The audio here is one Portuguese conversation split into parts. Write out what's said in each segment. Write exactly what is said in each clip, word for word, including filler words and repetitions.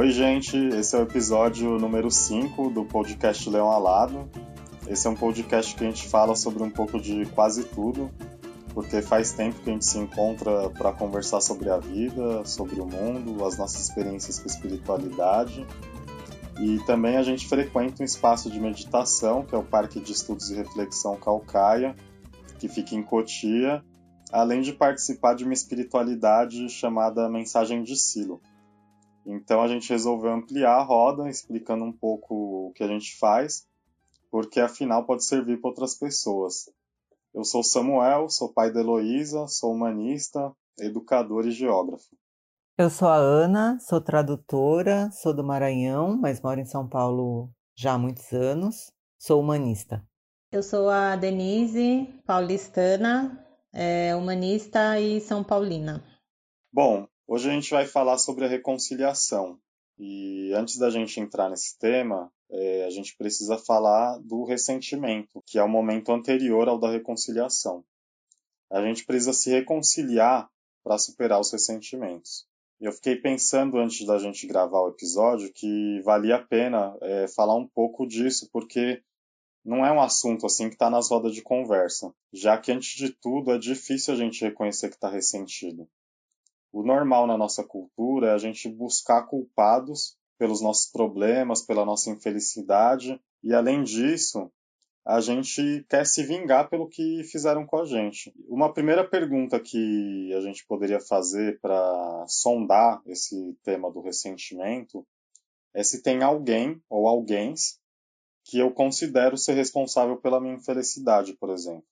Oi, gente, esse é o episódio número cinco do podcast Leão Alado. Esse é um podcast que a gente fala sobre um pouco de quase tudo, porque faz tempo que a gente se encontra para conversar sobre a vida, sobre o mundo, as nossas experiências com espiritualidade. E também a gente frequenta um espaço de meditação, que é o Parque de Estudos e Reflexão Caucaia, que fica em Cotia, além de participar de uma espiritualidade chamada Mensagem de Silo. Então a gente resolveu ampliar a roda, explicando um pouco o que a gente faz, porque afinal pode servir para outras pessoas. Eu sou Samuel, sou pai da Heloísa, sou humanista, educador e geógrafo. Eu sou a Ana, sou tradutora, sou do Maranhão, mas moro em São Paulo já há muitos anos, sou humanista. Eu sou a Denise, paulistana, é, humanista e São Paulina. Bom, hoje a gente vai falar sobre a reconciliação. E antes da gente entrar nesse tema, é, a gente precisa falar do ressentimento, que é o momento anterior ao da reconciliação. A gente precisa se reconciliar para superar os ressentimentos. Eu fiquei pensando antes da gente gravar o episódio que valia a pena é, falar um pouco disso, porque não é um assunto assim que está nas rodas de conversa, já que antes de tudo é difícil a gente reconhecer que está ressentido. O normal na nossa cultura é a gente buscar culpados pelos nossos problemas, pela nossa infelicidade, e além disso, a gente quer se vingar pelo que fizeram com a gente. Uma primeira pergunta que a gente poderia fazer para sondar esse tema do ressentimento é se tem alguém ou alguéns que eu considero ser responsável pela minha infelicidade, por exemplo.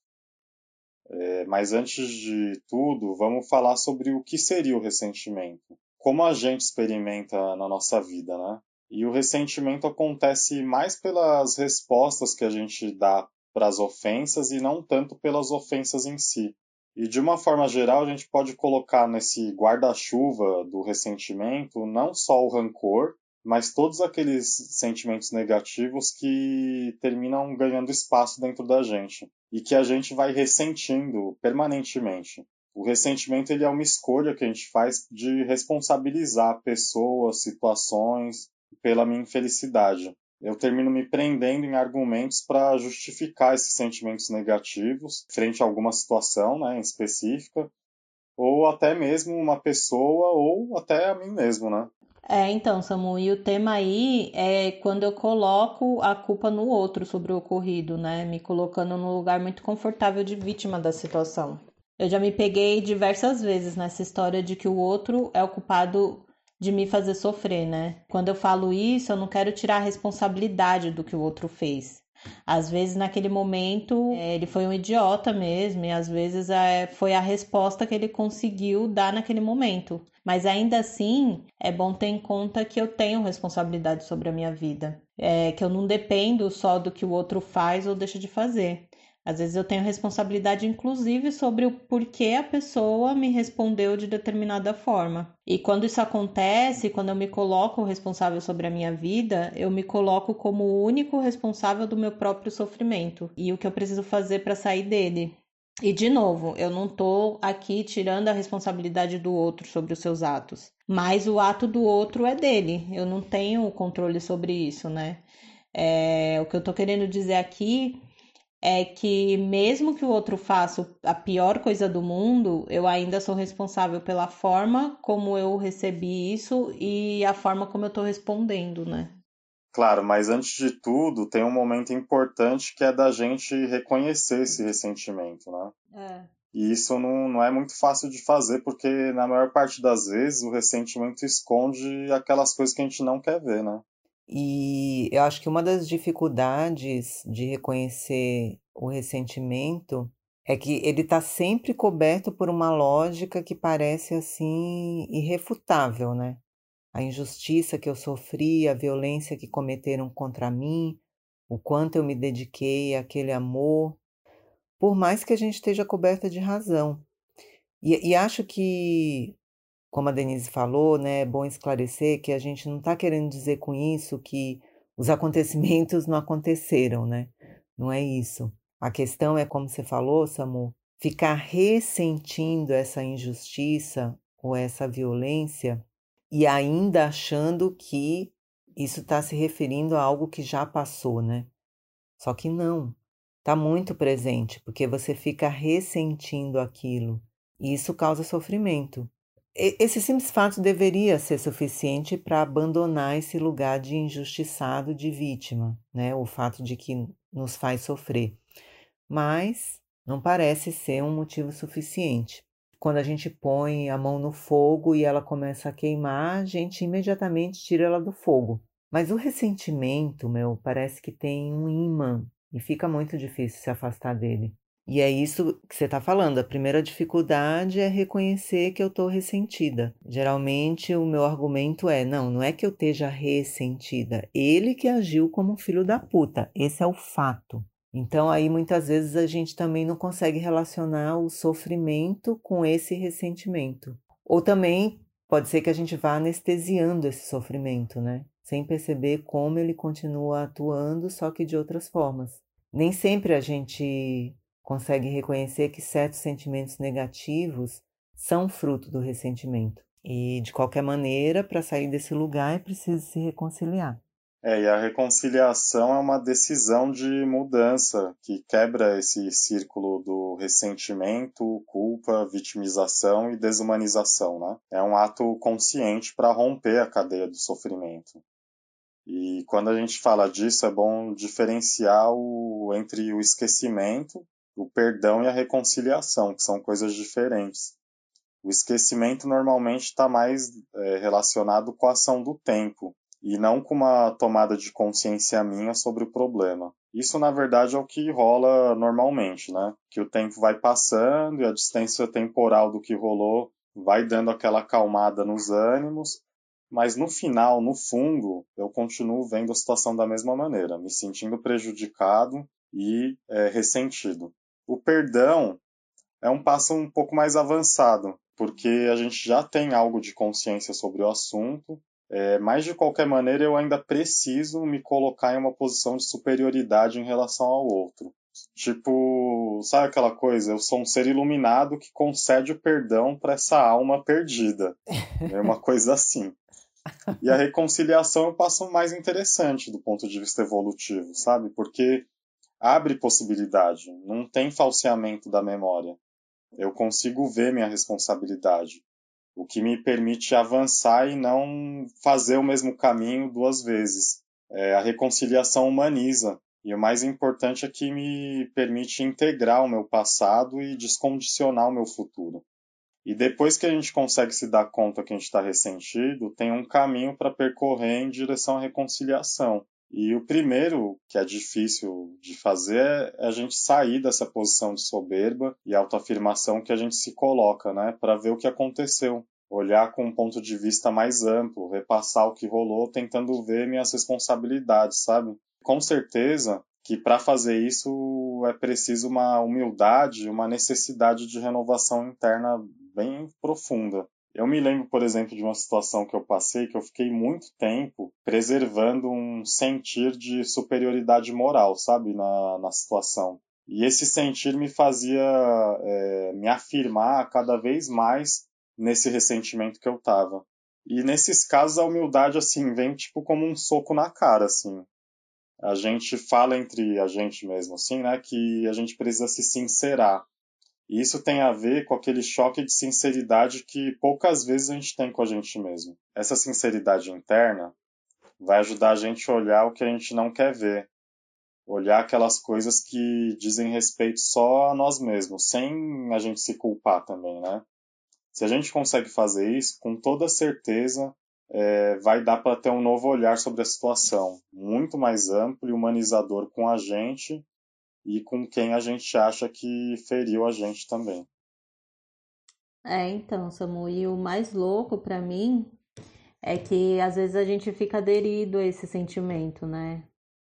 É, mas antes de tudo, vamos falar sobre o que seria o ressentimento. Como a gente experimenta na nossa vida, né? E o ressentimento acontece mais pelas respostas que a gente dá para as ofensas e não tanto pelas ofensas em si. E de uma forma geral, a gente pode colocar nesse guarda-chuva do ressentimento não só o rancor, mas todos aqueles sentimentos negativos que terminam ganhando espaço dentro da gente e que a gente vai ressentindo permanentemente. O ressentimento ele é uma escolha que a gente faz de responsabilizar pessoas, situações pela minha infelicidade. Eu termino me prendendo em argumentos para justificar esses sentimentos negativos frente a alguma situação, né, em específica, ou até mesmo uma pessoa, ou até a mim mesmo, né? É, então, Samu, e o tema aí é quando eu coloco a culpa no outro sobre o ocorrido, né? Me colocando num lugar muito confortável de vítima da situação. Eu já me peguei diversas vezes nessa história de que o outro é o culpado de me fazer sofrer, né? Quando eu falo isso, eu não quero tirar a responsabilidade do que o outro fez. Às vezes, naquele momento, é, ele foi um idiota mesmo, e às vezes é, foi a resposta que ele conseguiu dar naquele momento. Mas ainda assim, é bom ter em conta que eu tenho responsabilidade sobre a minha vida. É, que eu não dependo só do que o outro faz ou deixa de fazer. Às vezes eu tenho responsabilidade, inclusive, sobre o porquê a pessoa me respondeu de determinada forma. E quando isso acontece, quando eu me coloco responsável sobre a minha vida, eu me coloco como o único responsável do meu próprio sofrimento e o que eu preciso fazer para sair dele. E, de novo, eu não tô aqui tirando a responsabilidade do outro sobre os seus atos, mas o ato do outro é dele. Eu não tenho controle sobre isso, né? É, o que eu tô querendo dizer aqui é que mesmo que o outro faça a pior coisa do mundo, eu ainda sou responsável pela forma como eu recebi isso e a forma como eu estou respondendo, né? Claro, mas antes de tudo, tem um momento importante que é da gente reconhecer esse ressentimento, né? É. E isso não, não é muito fácil de fazer, porque na maior parte das vezes o ressentimento esconde aquelas coisas que a gente não quer ver, né? E eu acho que uma das dificuldades de reconhecer o ressentimento é que ele está sempre coberto por uma lógica que parece assim irrefutável, né? A injustiça que eu sofri, a violência que cometeram contra mim, o quanto eu me dediquei àquele amor, por mais que a gente esteja coberta de razão. E, e acho que, como a Denise falou, né, é bom esclarecer que a gente não está querendo dizer com isso que os acontecimentos não aconteceram, né? Não é isso. A questão é, como você falou, Samu, ficar ressentindo essa injustiça ou essa violência e ainda achando que isso está se referindo a algo que já passou, né? Só que não, está muito presente, porque você fica ressentindo aquilo, e isso causa sofrimento. E- Esse simples fato deveria ser suficiente para abandonar esse lugar de injustiçado, de vítima, né? O fato de que nos faz sofrer. Mas não parece ser um motivo suficiente. Quando a gente põe a mão no fogo e ela começa a queimar, a gente imediatamente tira ela do fogo. Mas o ressentimento, meu, parece que tem um imã e fica muito difícil se afastar dele. E é isso que você está falando. A primeira dificuldade é reconhecer que eu estou ressentida. Geralmente o meu argumento é: não, não é que eu esteja ressentida. Ele que agiu como um filho da puta. Esse é o fato. Então, aí muitas vezes a gente também não consegue relacionar o sofrimento com esse ressentimento. Ou também pode ser que a gente vá anestesiando esse sofrimento, né? Sem perceber como ele continua atuando, só que de outras formas. Nem sempre a gente consegue reconhecer que certos sentimentos negativos são fruto do ressentimento. E, de qualquer maneira, para sair desse lugar é preciso se reconciliar. É, e a reconciliação é uma decisão de mudança que quebra esse círculo do ressentimento, culpa, vitimização e desumanização, né? É um ato consciente para romper a cadeia do sofrimento. E quando a gente fala disso, é bom diferenciar o, entre o esquecimento, o perdão e a reconciliação, que são coisas diferentes. O esquecimento normalmente está mais é, relacionado com a ação do tempo, e não com uma tomada de consciência minha sobre o problema. Isso, na verdade, é o que rola normalmente, né? Que o tempo vai passando e a distância temporal do que rolou vai dando aquela acalmada nos ânimos, mas no final, no fundo, eu continuo vendo a situação da mesma maneira, me sentindo prejudicado e é, ressentido. O perdão é um passo um pouco mais avançado, porque a gente já tem algo de consciência sobre o assunto. É, mas, de qualquer maneira, eu ainda preciso me colocar em uma posição de superioridade em relação ao outro. Tipo, sabe aquela coisa? Eu sou um ser iluminado que concede o perdão para essa alma perdida. É uma coisa assim. E a reconciliação é o passo mais interessante do ponto de vista evolutivo, sabe? Porque abre possibilidade, não tem falseamento da memória. Eu consigo ver minha responsabilidade, o que me permite avançar e não fazer o mesmo caminho duas vezes. É, a reconciliação humaniza, e o mais importante é que me permite integrar o meu passado e descondicionar o meu futuro. E depois que a gente consegue se dar conta que a gente está ressentido, tem um caminho para percorrer em direção à reconciliação. E o primeiro, que é difícil de fazer, é a gente sair dessa posição de soberba e autoafirmação que a gente se coloca, né, para ver o que aconteceu. Olhar com um ponto de vista mais amplo, repassar o que rolou, tentando ver minhas responsabilidades, sabe? Com certeza que para fazer isso é preciso uma humildade, uma necessidade de renovação interna bem profunda. Eu me lembro, por exemplo, de uma situação que eu passei que eu fiquei muito tempo preservando um sentir de superioridade moral, sabe, na, na situação. E esse sentir me fazia é, me afirmar cada vez mais nesse ressentimento que eu tava. E nesses casos a humildade, assim, vem tipo como um soco na cara, assim. A gente fala entre a gente mesmo, assim, né, que a gente precisa se sincerar. E isso tem a ver com aquele choque de sinceridade que poucas vezes a gente tem com a gente mesmo. Essa sinceridade interna vai ajudar a gente a olhar o que a gente não quer ver. Olhar aquelas coisas que dizem respeito só a nós mesmos, sem a gente se culpar também, né? Se a gente consegue fazer isso, com toda certeza é, vai dar para ter um novo olhar sobre a situação, muito mais amplo e humanizador com a gente e com quem a gente acha que feriu a gente também. É, então, Samu, e o mais louco pra mim é que às vezes a gente fica aderido a esse sentimento, né?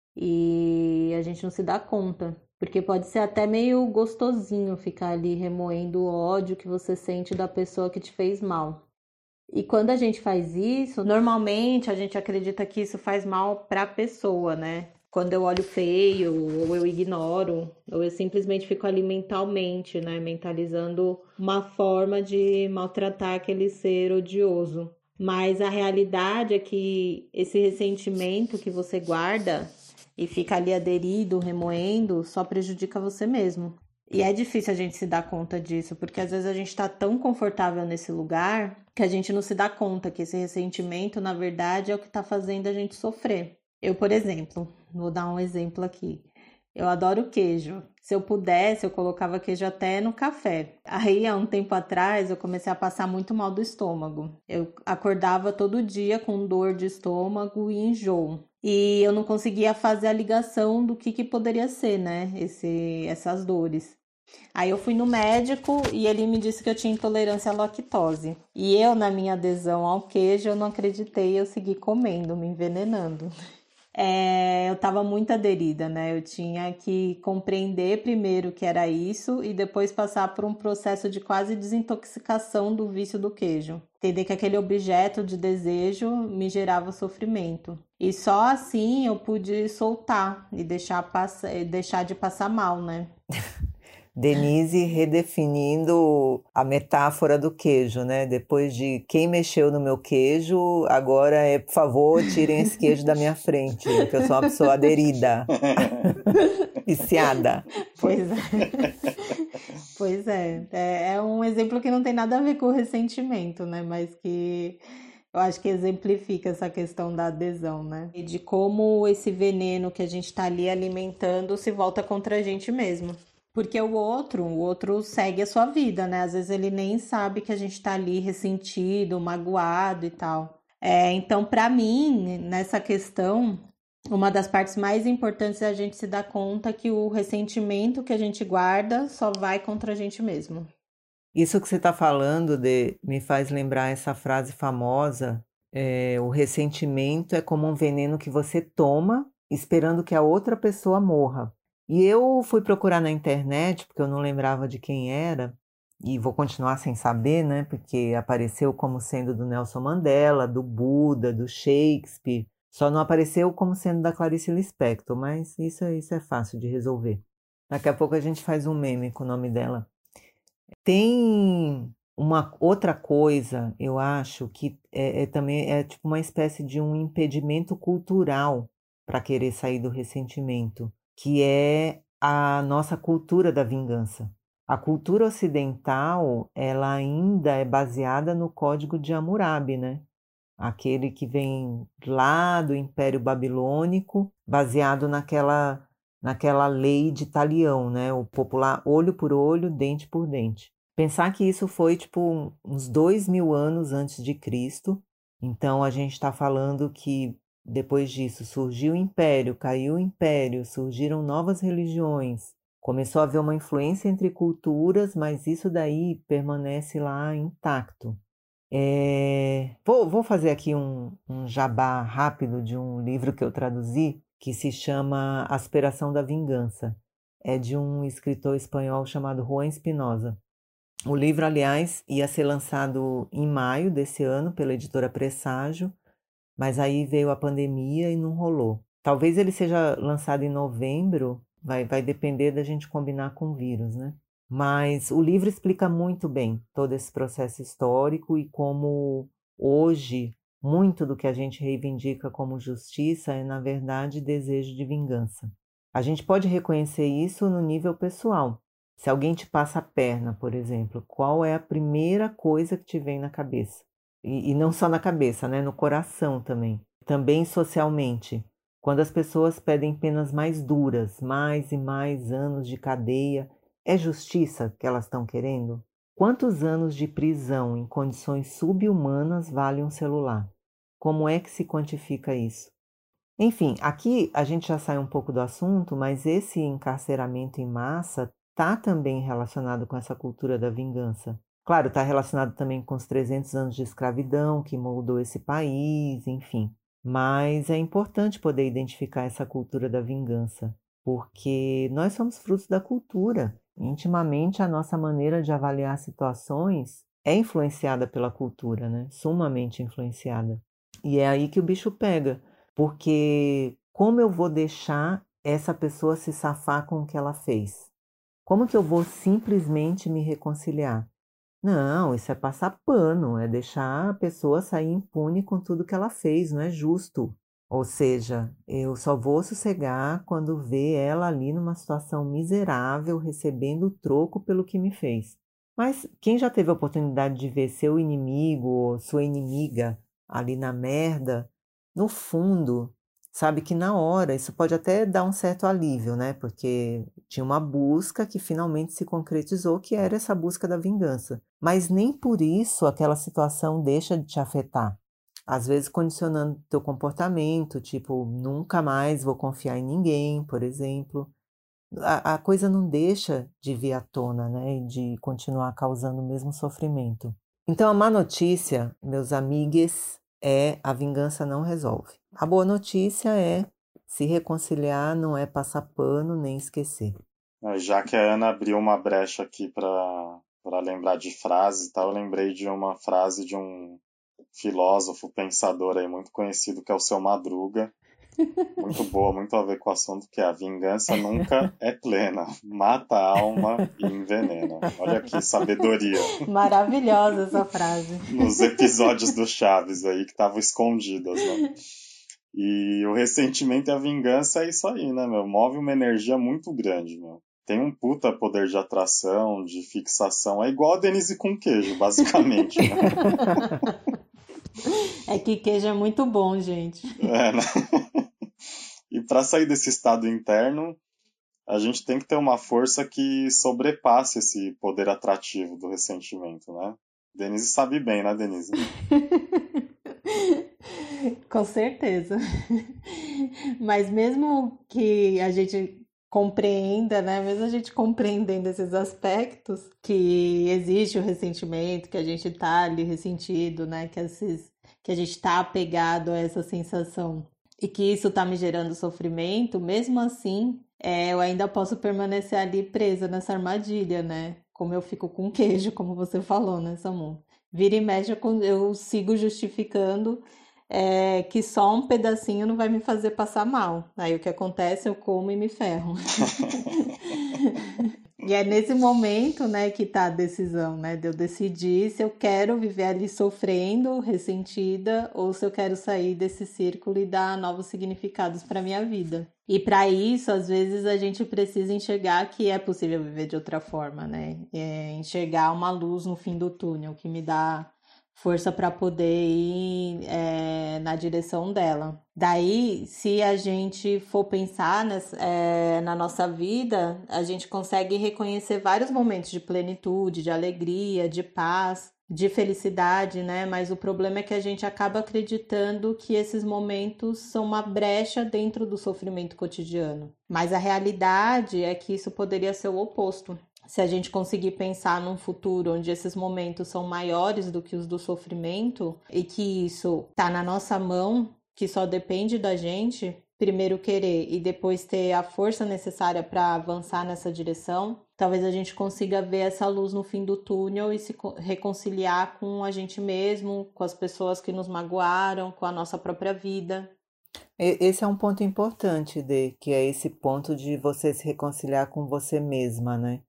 E a gente não se dá conta. Porque pode ser até meio gostosinho ficar ali remoendo o ódio que você sente da pessoa que te fez mal. E quando a gente faz isso, normalmente a gente acredita que isso faz mal para a pessoa, né? Quando eu olho feio, ou eu ignoro, ou eu simplesmente fico ali mentalmente, né? Mentalizando uma forma de maltratar aquele ser odioso. Mas a realidade é que esse ressentimento que você guarda e fica ali aderido, remoendo, só prejudica você mesmo. E é difícil a gente se dar conta disso, porque às vezes a gente está tão confortável nesse lugar que a gente não se dá conta que esse ressentimento, na verdade, é o que está fazendo a gente sofrer. Eu, por exemplo, vou dar um exemplo aqui. Eu adoro queijo. Se eu pudesse, eu colocava queijo até no café. Aí, há um tempo atrás, eu comecei a passar muito mal do estômago. Eu acordava todo dia com dor de estômago e enjoo. E eu não conseguia fazer a ligação do que, que poderia ser, né? Esse, essas dores. Aí eu fui no médico e ele me disse que eu tinha intolerância à lactose. E eu, na minha adesão ao queijo, eu não acreditei, eu segui comendo, me envenenando. É, eu estava muito aderida, né? Eu tinha que compreender primeiro que era isso e depois passar por um processo de quase desintoxicação do vício do queijo. Entender que aquele objeto de desejo me gerava sofrimento. E só assim eu pude soltar e deixar, pass- deixar de passar mal, né? Denise redefinindo a metáfora do queijo, né? Depois de quem mexeu no meu queijo, agora é, por favor, tirem esse queijo da minha frente, porque eu sou uma pessoa aderida, viciada. Pois é. Pois é. é. É um exemplo que não tem nada a ver com o ressentimento, né? Mas que eu acho que exemplifica essa questão da adesão, né? E de como esse veneno que a gente está ali alimentando se volta contra a gente mesmo. Porque o outro, o outro segue a sua vida, né? Às vezes ele nem sabe que a gente tá ali ressentido, magoado e tal. É, então, para mim, nessa questão, uma das partes mais importantes é a gente se dar conta que o ressentimento que a gente guarda só vai contra a gente mesmo. Isso que você está falando de, me faz lembrar essa frase famosa, é, o ressentimento é como um veneno que você toma esperando que a outra pessoa morra. E eu fui procurar na internet, porque eu não lembrava de quem era, e vou continuar sem saber, né? Porque apareceu como sendo do Nelson Mandela, do Buda, do Shakespeare. Só não apareceu como sendo da Clarice Lispector, mas isso, isso é fácil de resolver. Daqui a pouco a gente faz um meme com o nome dela. Tem uma outra coisa, eu acho, que é, é também é tipo uma espécie de um impedimento cultural para querer sair do ressentimento, que é a nossa cultura da vingança. A cultura ocidental, ela ainda é baseada no Código de Hammurabi, né? Aquele que vem lá do Império Babilônico, baseado naquela, naquela lei de talião, né? O popular olho por olho, dente por dente. Pensar que isso foi tipo uns dois mil anos antes de Cristo, então a gente está falando que depois disso surgiu o Império, caiu o Império, surgiram novas religiões, começou a haver uma influência entre culturas, mas isso daí permanece lá intacto. É, vou, vou fazer aqui um, um jabá rápido de um livro que eu traduzi, que se chama Aspiração da Vingança. É de um escritor espanhol chamado Juan Espinosa. O livro, aliás, ia ser lançado em maio desse ano pela editora Presságio, mas aí veio a pandemia e não rolou. Talvez ele seja lançado em novembro, vai, vai depender da gente combinar com o vírus, né? Mas o livro explica muito bem todo esse processo histórico e como hoje muito do que a gente reivindica como justiça é, na verdade, desejo de vingança. A gente pode reconhecer isso no nível pessoal. Se alguém te passa a perna, por exemplo, qual é a primeira coisa que te vem na cabeça? E, e não só na cabeça, né? No coração também. Também socialmente. Quando as pessoas pedem penas mais duras, mais e mais anos de cadeia, é justiça que elas estão querendo? Quantos anos de prisão em condições subhumanas vale um celular? Como é que se quantifica isso? Enfim, aqui a gente já sai um pouco do assunto, mas esse encarceramento em massa está também relacionado com essa cultura da vingança. Claro, está relacionado também com os trezentos anos de escravidão que moldou esse país, enfim. Mas é importante poder identificar essa cultura da vingança, porque nós somos frutos da cultura. Intimamente, a nossa maneira de avaliar situações é influenciada pela cultura, né? Sumamente influenciada. E é aí que o bicho pega, porque como eu vou deixar essa pessoa se safar com o que ela fez? Como que eu vou simplesmente me reconciliar? Não, isso é passar pano, é deixar a pessoa sair impune com tudo que ela fez, não é justo. Ou seja, eu só vou sossegar quando ver ela ali numa situação miserável, recebendo o troco pelo que me fez. Mas quem já teve a oportunidade de ver seu inimigo ou sua inimiga ali na merda, no fundo, sabe que na hora isso pode até dar um certo alívio, né? Porque tinha uma busca que finalmente se concretizou, que era essa busca da vingança. Mas nem por isso aquela situação deixa de te afetar. Às vezes condicionando teu comportamento, tipo, nunca mais vou confiar em ninguém, por exemplo. A, a coisa não deixa de vir à tona, né? E de continuar causando o mesmo sofrimento. Então, a má notícia, meus amigos, é a vingança não resolve. A boa notícia é se reconciliar, não é passar pano nem esquecer. Já que a Ana abriu uma brecha aqui para para lembrar de frases e tal, eu lembrei de uma frase de um filósofo, pensador aí muito conhecido, que é o Seu Madruga. Muito boa, muito a ver com o assunto, que é a vingança nunca é plena, mata a alma e envenena. Olha que sabedoria. Maravilhosa essa frase. Nos episódios do Chaves aí, que estavam escondidas, né? E o ressentimento e a vingança é isso aí, né, meu? Move uma energia muito grande, meu. Tem um puta poder de atração, de fixação. É igual a Denise com queijo, basicamente, né? É que queijo é muito bom, gente. É, né? E para sair desse estado interno, a gente tem que ter uma força que sobrepasse esse poder atrativo do ressentimento, né? Denise sabe bem, né, Denise? Com certeza. Mas mesmo que a gente compreenda, né? Mesmo a gente compreendendo esses aspectos, que existe o ressentimento, que a gente tá ali ressentido, né? Que, esses, que a gente tá apegado a essa sensação e que isso tá me gerando sofrimento, mesmo assim, é, eu ainda posso permanecer ali presa nessa armadilha, né? Como eu fico com queijo, como você falou, né, Samu? Vira e mexe, eu eu sigo justificando é, que só um pedacinho não vai me fazer passar mal. Aí o que acontece, eu como e me ferro. E é nesse momento, né, que tá a decisão, né, de eu decidir se eu quero viver ali sofrendo, ressentida, ou se eu quero sair desse círculo e dar novos significados para minha vida. E para isso, às vezes a gente precisa enxergar que é possível viver de outra forma, né? É enxergar uma luz no fim do túnel que me dá força para poder ir é, na direção dela. Daí, se a gente for pensar nessa, é, na nossa vida, a gente consegue reconhecer vários momentos de plenitude, de alegria, de paz, de felicidade, né? Mas o problema é que a gente acaba acreditando que esses momentos são uma brecha dentro do sofrimento cotidiano. Mas a realidade é que isso poderia ser o oposto. Se a gente conseguir pensar num futuro onde esses momentos são maiores do que os do sofrimento e que isso está na nossa mão, que só depende da gente, primeiro querer e depois ter a força necessária para avançar nessa direção, talvez a gente consiga ver essa luz no fim do túnel e se reconciliar com a gente mesmo, com as pessoas que nos magoaram, com a nossa própria vida. Esse é um ponto importante, de que é esse ponto de você se reconciliar com você mesma, né?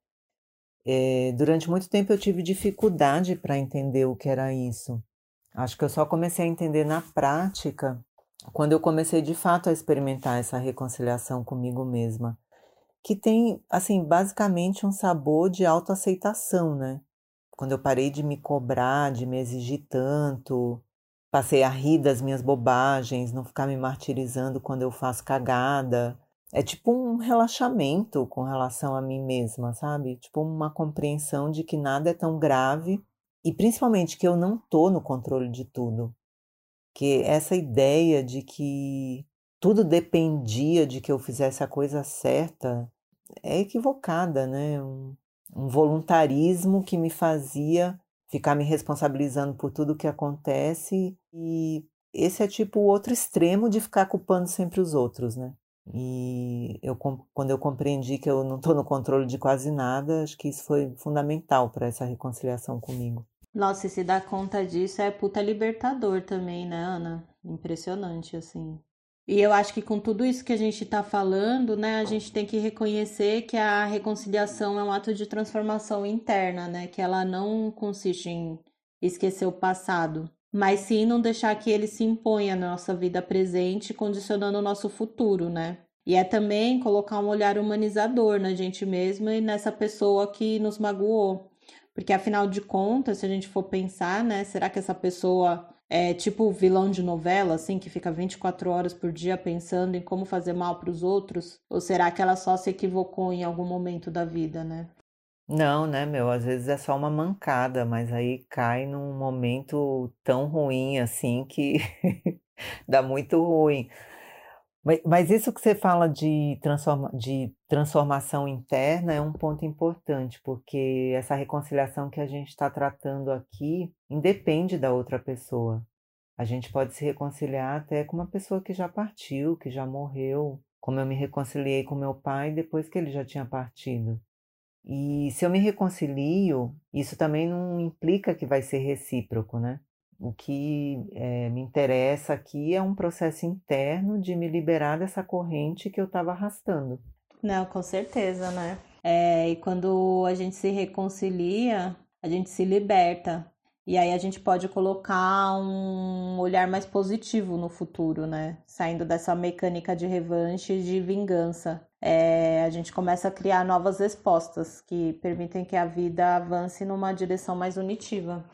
É, durante muito tempo eu tive dificuldade para entender o que era isso. Acho que eu só comecei a entender na prática quando eu comecei de fato a experimentar essa reconciliação comigo mesma, que tem, assim, basicamente um sabor de autoaceitação, né? Quando eu parei de me cobrar, de me exigir tanto, passei a rir das minhas bobagens, não ficar me martirizando quando eu faço cagada. É tipo um relaxamento com relação a mim mesma, sabe? Tipo uma compreensão de que nada é tão grave e principalmente que eu não tô no controle de tudo. Que essa ideia de que tudo dependia de que eu fizesse a coisa certa é equivocada, né? Um, um voluntarismo que me fazia ficar me responsabilizando por tudo que acontece e esse é tipo o outro extremo de ficar culpando sempre os outros, né? E eu, quando eu compreendi que eu não estou no controle de quase nada, acho que isso foi fundamental para essa reconciliação comigo. Nossa, e se dar conta disso é puta libertador também, né, Ana? Impressionante, assim. E eu acho que com tudo isso que a gente está falando, né, a gente tem que reconhecer que a reconciliação é um ato de transformação interna, né, que ela não consiste em esquecer o passado, mas sim não deixar que ele se imponha na nossa vida presente, condicionando o nosso futuro, né? E é também colocar um olhar humanizador na gente mesma e nessa pessoa que nos magoou. Porque afinal de contas, se a gente for pensar, né, será que essa pessoa é tipo vilão de novela, assim, que fica vinte e quatro horas por dia pensando em como fazer mal para os outros? Ou será que ela só se equivocou em algum momento da vida, né? Não, né, meu? Às vezes é só uma mancada, mas aí cai num momento tão ruim assim que dá muito ruim. Mas, mas isso que você fala de, transforma, de transformação interna é um ponto importante, porque essa reconciliação que a gente está tratando aqui independe da outra pessoa. A gente pode se reconciliar até com uma pessoa que já partiu, que já morreu, como eu me reconciliei com meu pai depois que ele já tinha partido. E se eu me reconcilio, isso também não implica que vai ser recíproco, né? O que eh, me interessa aqui é um processo interno de me liberar dessa corrente que eu estava arrastando. Não, com certeza, né? É, e quando a gente se reconcilia, a gente se liberta. E aí a gente pode colocar um olhar mais positivo no futuro, né? Saindo dessa mecânica de revanche e de vingança. É, a gente começa a criar novas respostas que permitem que a vida avance numa direção mais unitiva.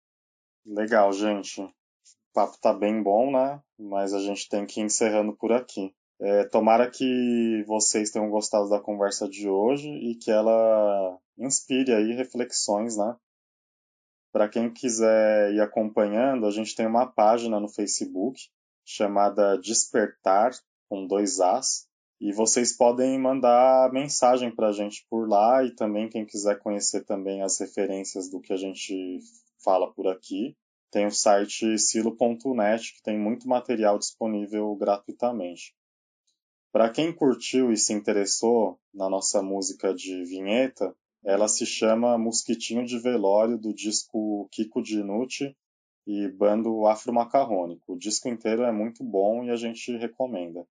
Legal, gente. O papo tá bem bom, né? Mas a gente tem que ir encerrando por aqui. É, tomara que vocês tenham gostado da conversa de hoje e que ela inspire aí reflexões, né? Para quem quiser ir acompanhando, a gente tem uma página no Facebook chamada Despertar, com dois As, e vocês podem mandar mensagem para a gente por lá e também quem quiser conhecer também as referências do que a gente fala por aqui, tem o site silo ponto net que tem muito material disponível gratuitamente. Para quem curtiu e se interessou na nossa música de vinheta, ela se chama Mosquitinho de Velório, do disco Kiko Dinucci e Bando Afro-Macarrônico. O disco inteiro é muito bom e a gente recomenda.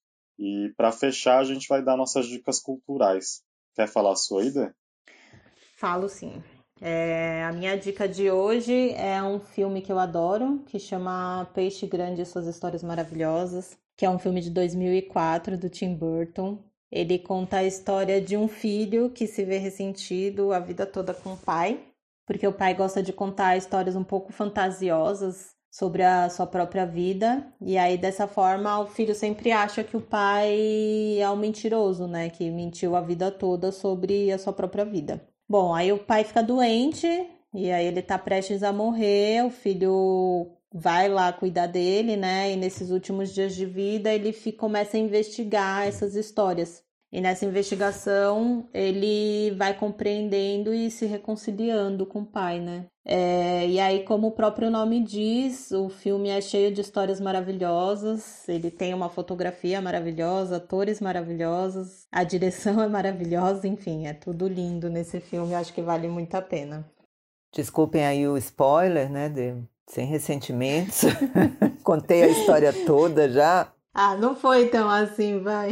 E para fechar, a gente vai dar nossas dicas culturais. Quer falar a sua ideia? Falo sim. É, a minha dica de hoje é um filme que eu adoro, que chama Peixe Grande e Suas Histórias Maravilhosas, que é um filme de dois mil e quatro, do Tim Burton. Ele conta a história de um filho que se vê ressentido a vida toda com o pai, porque o pai gosta de contar histórias um pouco fantasiosas sobre a sua própria vida, e aí dessa forma o filho sempre acha que o pai é um mentiroso, né, que mentiu a vida toda sobre a sua própria vida. Bom, aí o pai fica doente e aí ele tá prestes a morrer, o filho vai lá cuidar dele, né? E nesses últimos dias de vida ele fica, começa a investigar essas histórias. E nessa investigação ele vai compreendendo e se reconciliando com o pai, né? É, e aí, como o próprio nome diz, o filme é cheio de histórias maravilhosas, ele tem uma fotografia maravilhosa, atores maravilhosos, a direção é maravilhosa, enfim, é tudo lindo nesse filme, eu acho que vale muito a pena. Desculpem aí o spoiler, né? De, sem ressentimentos. Contei a história toda já. Ah, não foi tão assim, vai.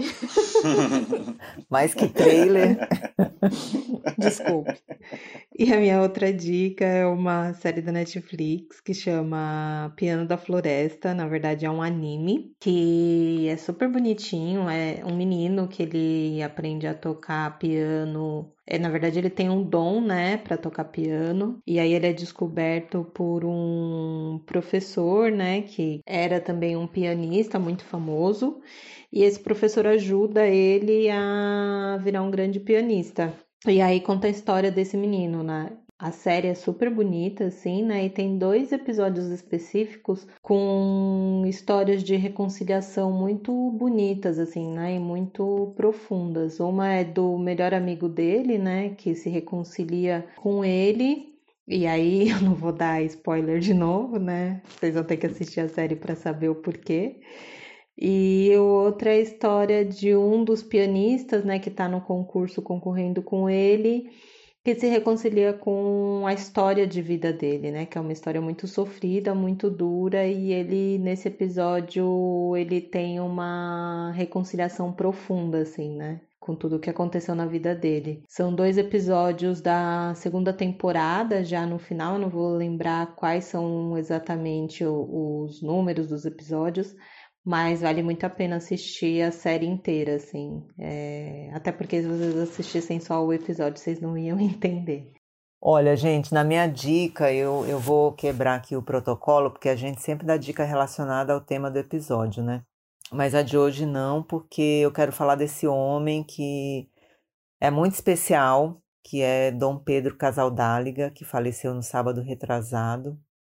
Mais que trailer. Desculpe. E a minha outra dica é uma série da Netflix que chama Piano da Floresta. Na verdade, é um anime que é super bonitinho. É um menino que ele aprende a tocar piano. É, na verdade, ele tem um dom, né, para tocar piano. E aí ele é descoberto por um professor, né, que era também um pianista muito famoso. E esse professor ajuda ele a virar um grande pianista. E aí conta a história desse menino, né? A série é super bonita, assim, né? E tem dois episódios específicos com histórias de reconciliação muito bonitas, assim, né? E muito profundas. Uma é do melhor amigo dele, né? Que se reconcilia com ele. E aí, eu não vou dar spoiler de novo, né? Vocês vão ter que assistir a série para saber o porquê. E outra é a história de um dos pianistas, né, que está no concurso concorrendo com ele, que se reconcilia com a história de vida dele, né? Que é uma história muito sofrida, muito dura, e ele, nesse episódio, ele tem uma reconciliação profunda, assim, né? Com tudo o que aconteceu na vida dele. São dois episódios da segunda temporada, já no final, eu não vou lembrar quais são exatamente o- os números dos episódios, mas vale muito a pena assistir a série inteira, assim. É, Até porque se vocês assistissem só o episódio, vocês não iam entender. Olha, gente, na minha dica, eu, eu vou quebrar aqui o protocolo, porque a gente sempre dá dica relacionada ao tema do episódio, né? Mas a de hoje não, porque eu quero falar desse homem que é muito especial, que é Dom Pedro Casaldáliga, que faleceu no sábado retrasado.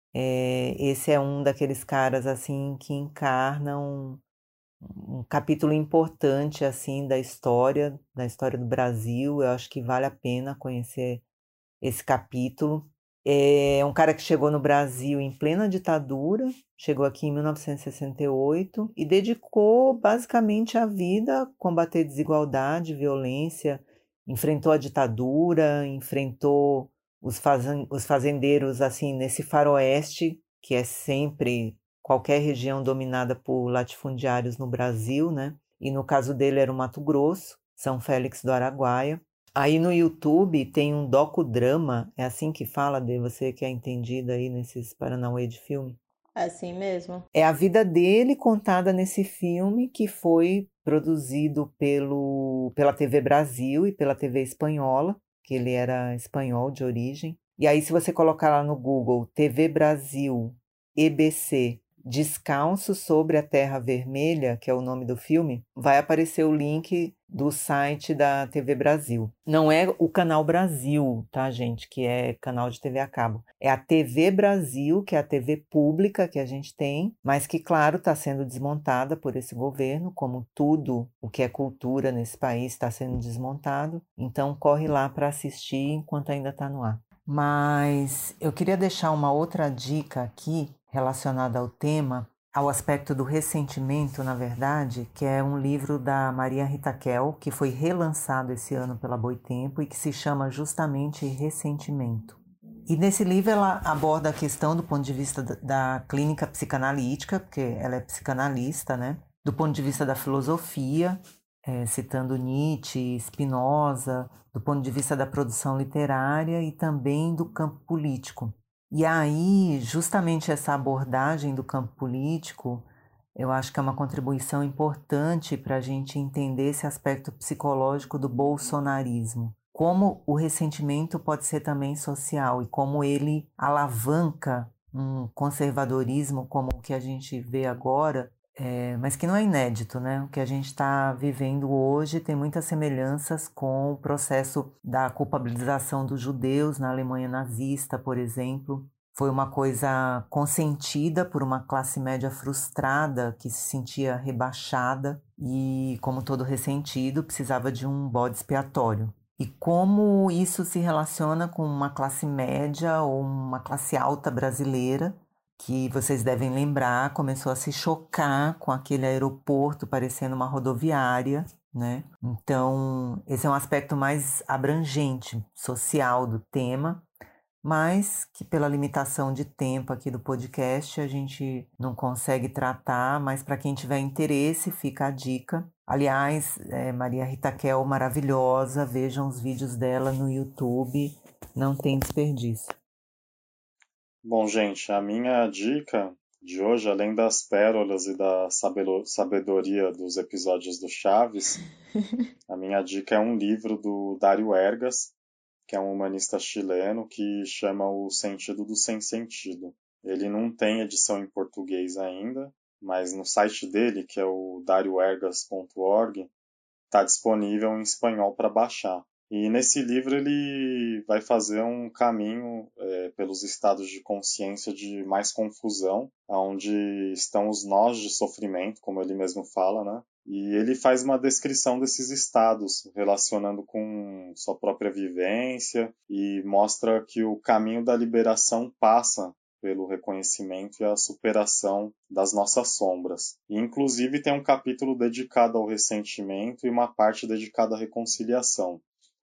É, esse é um daqueles caras, assim, que encarnam um, um capítulo importante, assim, da história, da história do Brasil. Eu acho que vale a pena conhecer esse capítulo. É um cara que chegou no Brasil em plena ditadura, chegou aqui em mil novecentos e sessenta e oito e dedicou basicamente a vida a combater desigualdade, violência, enfrentou a ditadura, enfrentou os, fazen os fazendeiros assim nesse faroeste, que é sempre qualquer região dominada por latifundiários no Brasil, né? E no caso dele era o Mato Grosso, São Félix do Araguaia. Aí no YouTube tem um docudrama, é assim que fala, de você que é entendida aí nesses Paranauê de filme. Assim mesmo. É a vida dele contada nesse filme que foi produzido pelo, pela T V Brasil e pela T V espanhola, que ele era espanhol de origem. E aí se você colocar lá no Google T V Brasil E B C Descalço sobre a Terra Vermelha, que é o nome do filme, vai aparecer o link do site da T V Brasil. Não é o Canal Brasil, tá, gente? Que é canal de T V a cabo. É a T V Brasil, que é a T V pública que a gente tem, mas que, claro, está sendo desmontada por esse governo, como tudo o que é cultura nesse país está sendo desmontado. Então, corre lá para assistir enquanto ainda está no ar. Mas eu queria deixar uma outra dica aqui relacionada ao tema, ao aspecto do ressentimento, na verdade, que é um livro da Maria Rita Kell, que foi relançado esse ano pela Boitempo e que se chama justamente Ressentimento. E nesse livro ela aborda a questão do ponto de vista da, da clínica psicanalítica, porque ela é psicanalista, né? Do ponto de vista da filosofia, é, citando Nietzsche, Spinoza, do ponto de vista da produção literária e também do campo político. E aí, justamente essa abordagem do campo político, eu acho que é uma contribuição importante para a gente entender esse aspecto psicológico do bolsonarismo. Como o ressentimento pode ser também social e como ele alavanca um conservadorismo como o que a gente vê agora, é, mas que não é inédito, né? O que a gente está vivendo hoje tem muitas semelhanças com o processo da culpabilização dos judeus na Alemanha nazista, por exemplo. Foi uma coisa consentida por uma classe média frustrada que se sentia rebaixada e, como todo ressentido, precisava de um bode expiatório. E como isso se relaciona com uma classe média ou uma classe alta brasileira, que vocês devem lembrar, começou a se chocar com aquele aeroporto parecendo uma rodoviária, né? Então, esse é um aspecto mais abrangente, social do tema, mas que pela limitação de tempo aqui do podcast a gente não consegue tratar, mas para quem tiver interesse, fica a dica. Aliás, é, Maria Rita Kell, maravilhosa, vejam os vídeos dela no YouTube, não tem desperdício. Bom, gente, a minha dica de hoje, além das pérolas e da sabedoria dos episódios do Chaves, a minha dica é um livro do Dario Ergas, que é um humanista chileno, que chama O Sentido do Sem Sentido. Ele não tem edição em português ainda, mas no site dele, que é o dario ergas ponto org, está disponível em espanhol para baixar. E nesse livro ele vai fazer um caminho é, pelos estados de consciência de mais confusão, onde estão os nós de sofrimento, como ele mesmo fala, né? E ele faz uma descrição desses estados, relacionando com sua própria vivência, e mostra que o caminho da liberação passa pelo reconhecimento e a superação das nossas sombras. E, inclusive, tem um capítulo dedicado ao ressentimento e uma parte dedicada à reconciliação.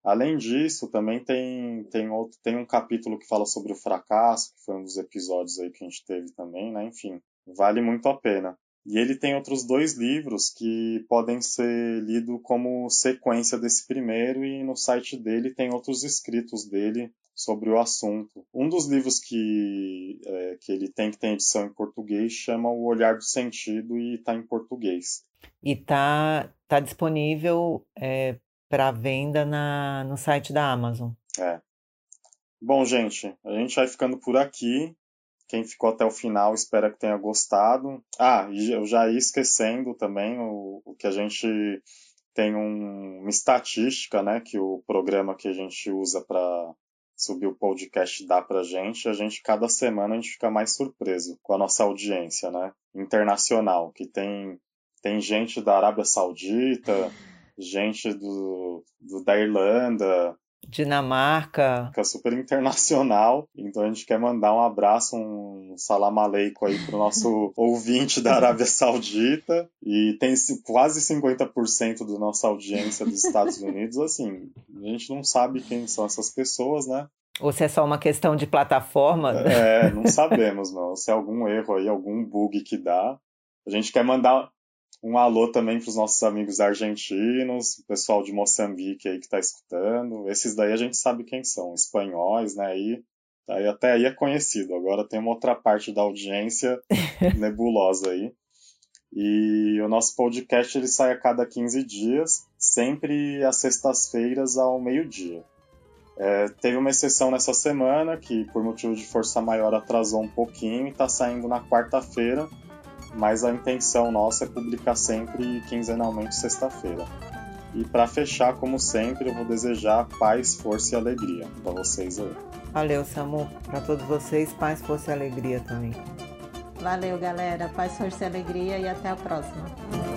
Além disso, também tem, tem, outro, tem um capítulo que fala sobre o fracasso, que foi um dos episódios aí que a gente teve também, né? Enfim, vale muito a pena. E ele tem outros dois livros que podem ser lidos como sequência desse primeiro, e no site dele tem outros escritos dele sobre o assunto. Um dos livros que, é, que ele tem, que tem edição em português, chama O Olhar do Sentido, e está em português. E tá, tá disponível é, para venda na, no site da Amazon. É. Bom, gente, a gente vai ficando por aqui. Quem ficou até o final, espero que tenha gostado. Ah, e eu já ia esquecendo também o, o que a gente tem um, uma estatística, né, que o programa que a gente usa para subir o podcast dá pra gente. A gente, cada semana, a gente fica mais surpreso com a nossa audiência, né, internacional, que tem, tem gente da Arábia Saudita, gente do, do, da Irlanda, Dinamarca. Fica super internacional, então a gente quer mandar um abraço, um salam aleikum aí pro nosso ouvinte da Arábia Saudita, e tem quase cinquenta por cento da nossa audiência dos Estados Unidos. Assim, a gente não sabe quem são essas pessoas, né? Ou se é só uma questão de plataforma. É, não sabemos, não. Se é algum erro aí, algum bug que dá. A gente quer mandar um alô também para os nossos amigos argentinos, o pessoal de Moçambique aí que está escutando. Esses daí a gente sabe quem são, espanhóis, né? Aí, aí até aí é conhecido. Agora tem uma outra parte da audiência nebulosa aí. E o nosso podcast ele sai a cada quinze dias, sempre às sextas-feiras ao meio-dia. É, teve uma exceção nessa semana que, por motivo de força maior, atrasou um pouquinho e está saindo na quarta-feira. Mas a intenção nossa é publicar sempre quinzenalmente sexta-feira. E para fechar, como sempre, eu vou desejar paz, força e alegria para vocês aí. Valeu, Samu. Para todos vocês, paz, força e alegria também. Valeu, galera. Paz, força e alegria, e até a próxima.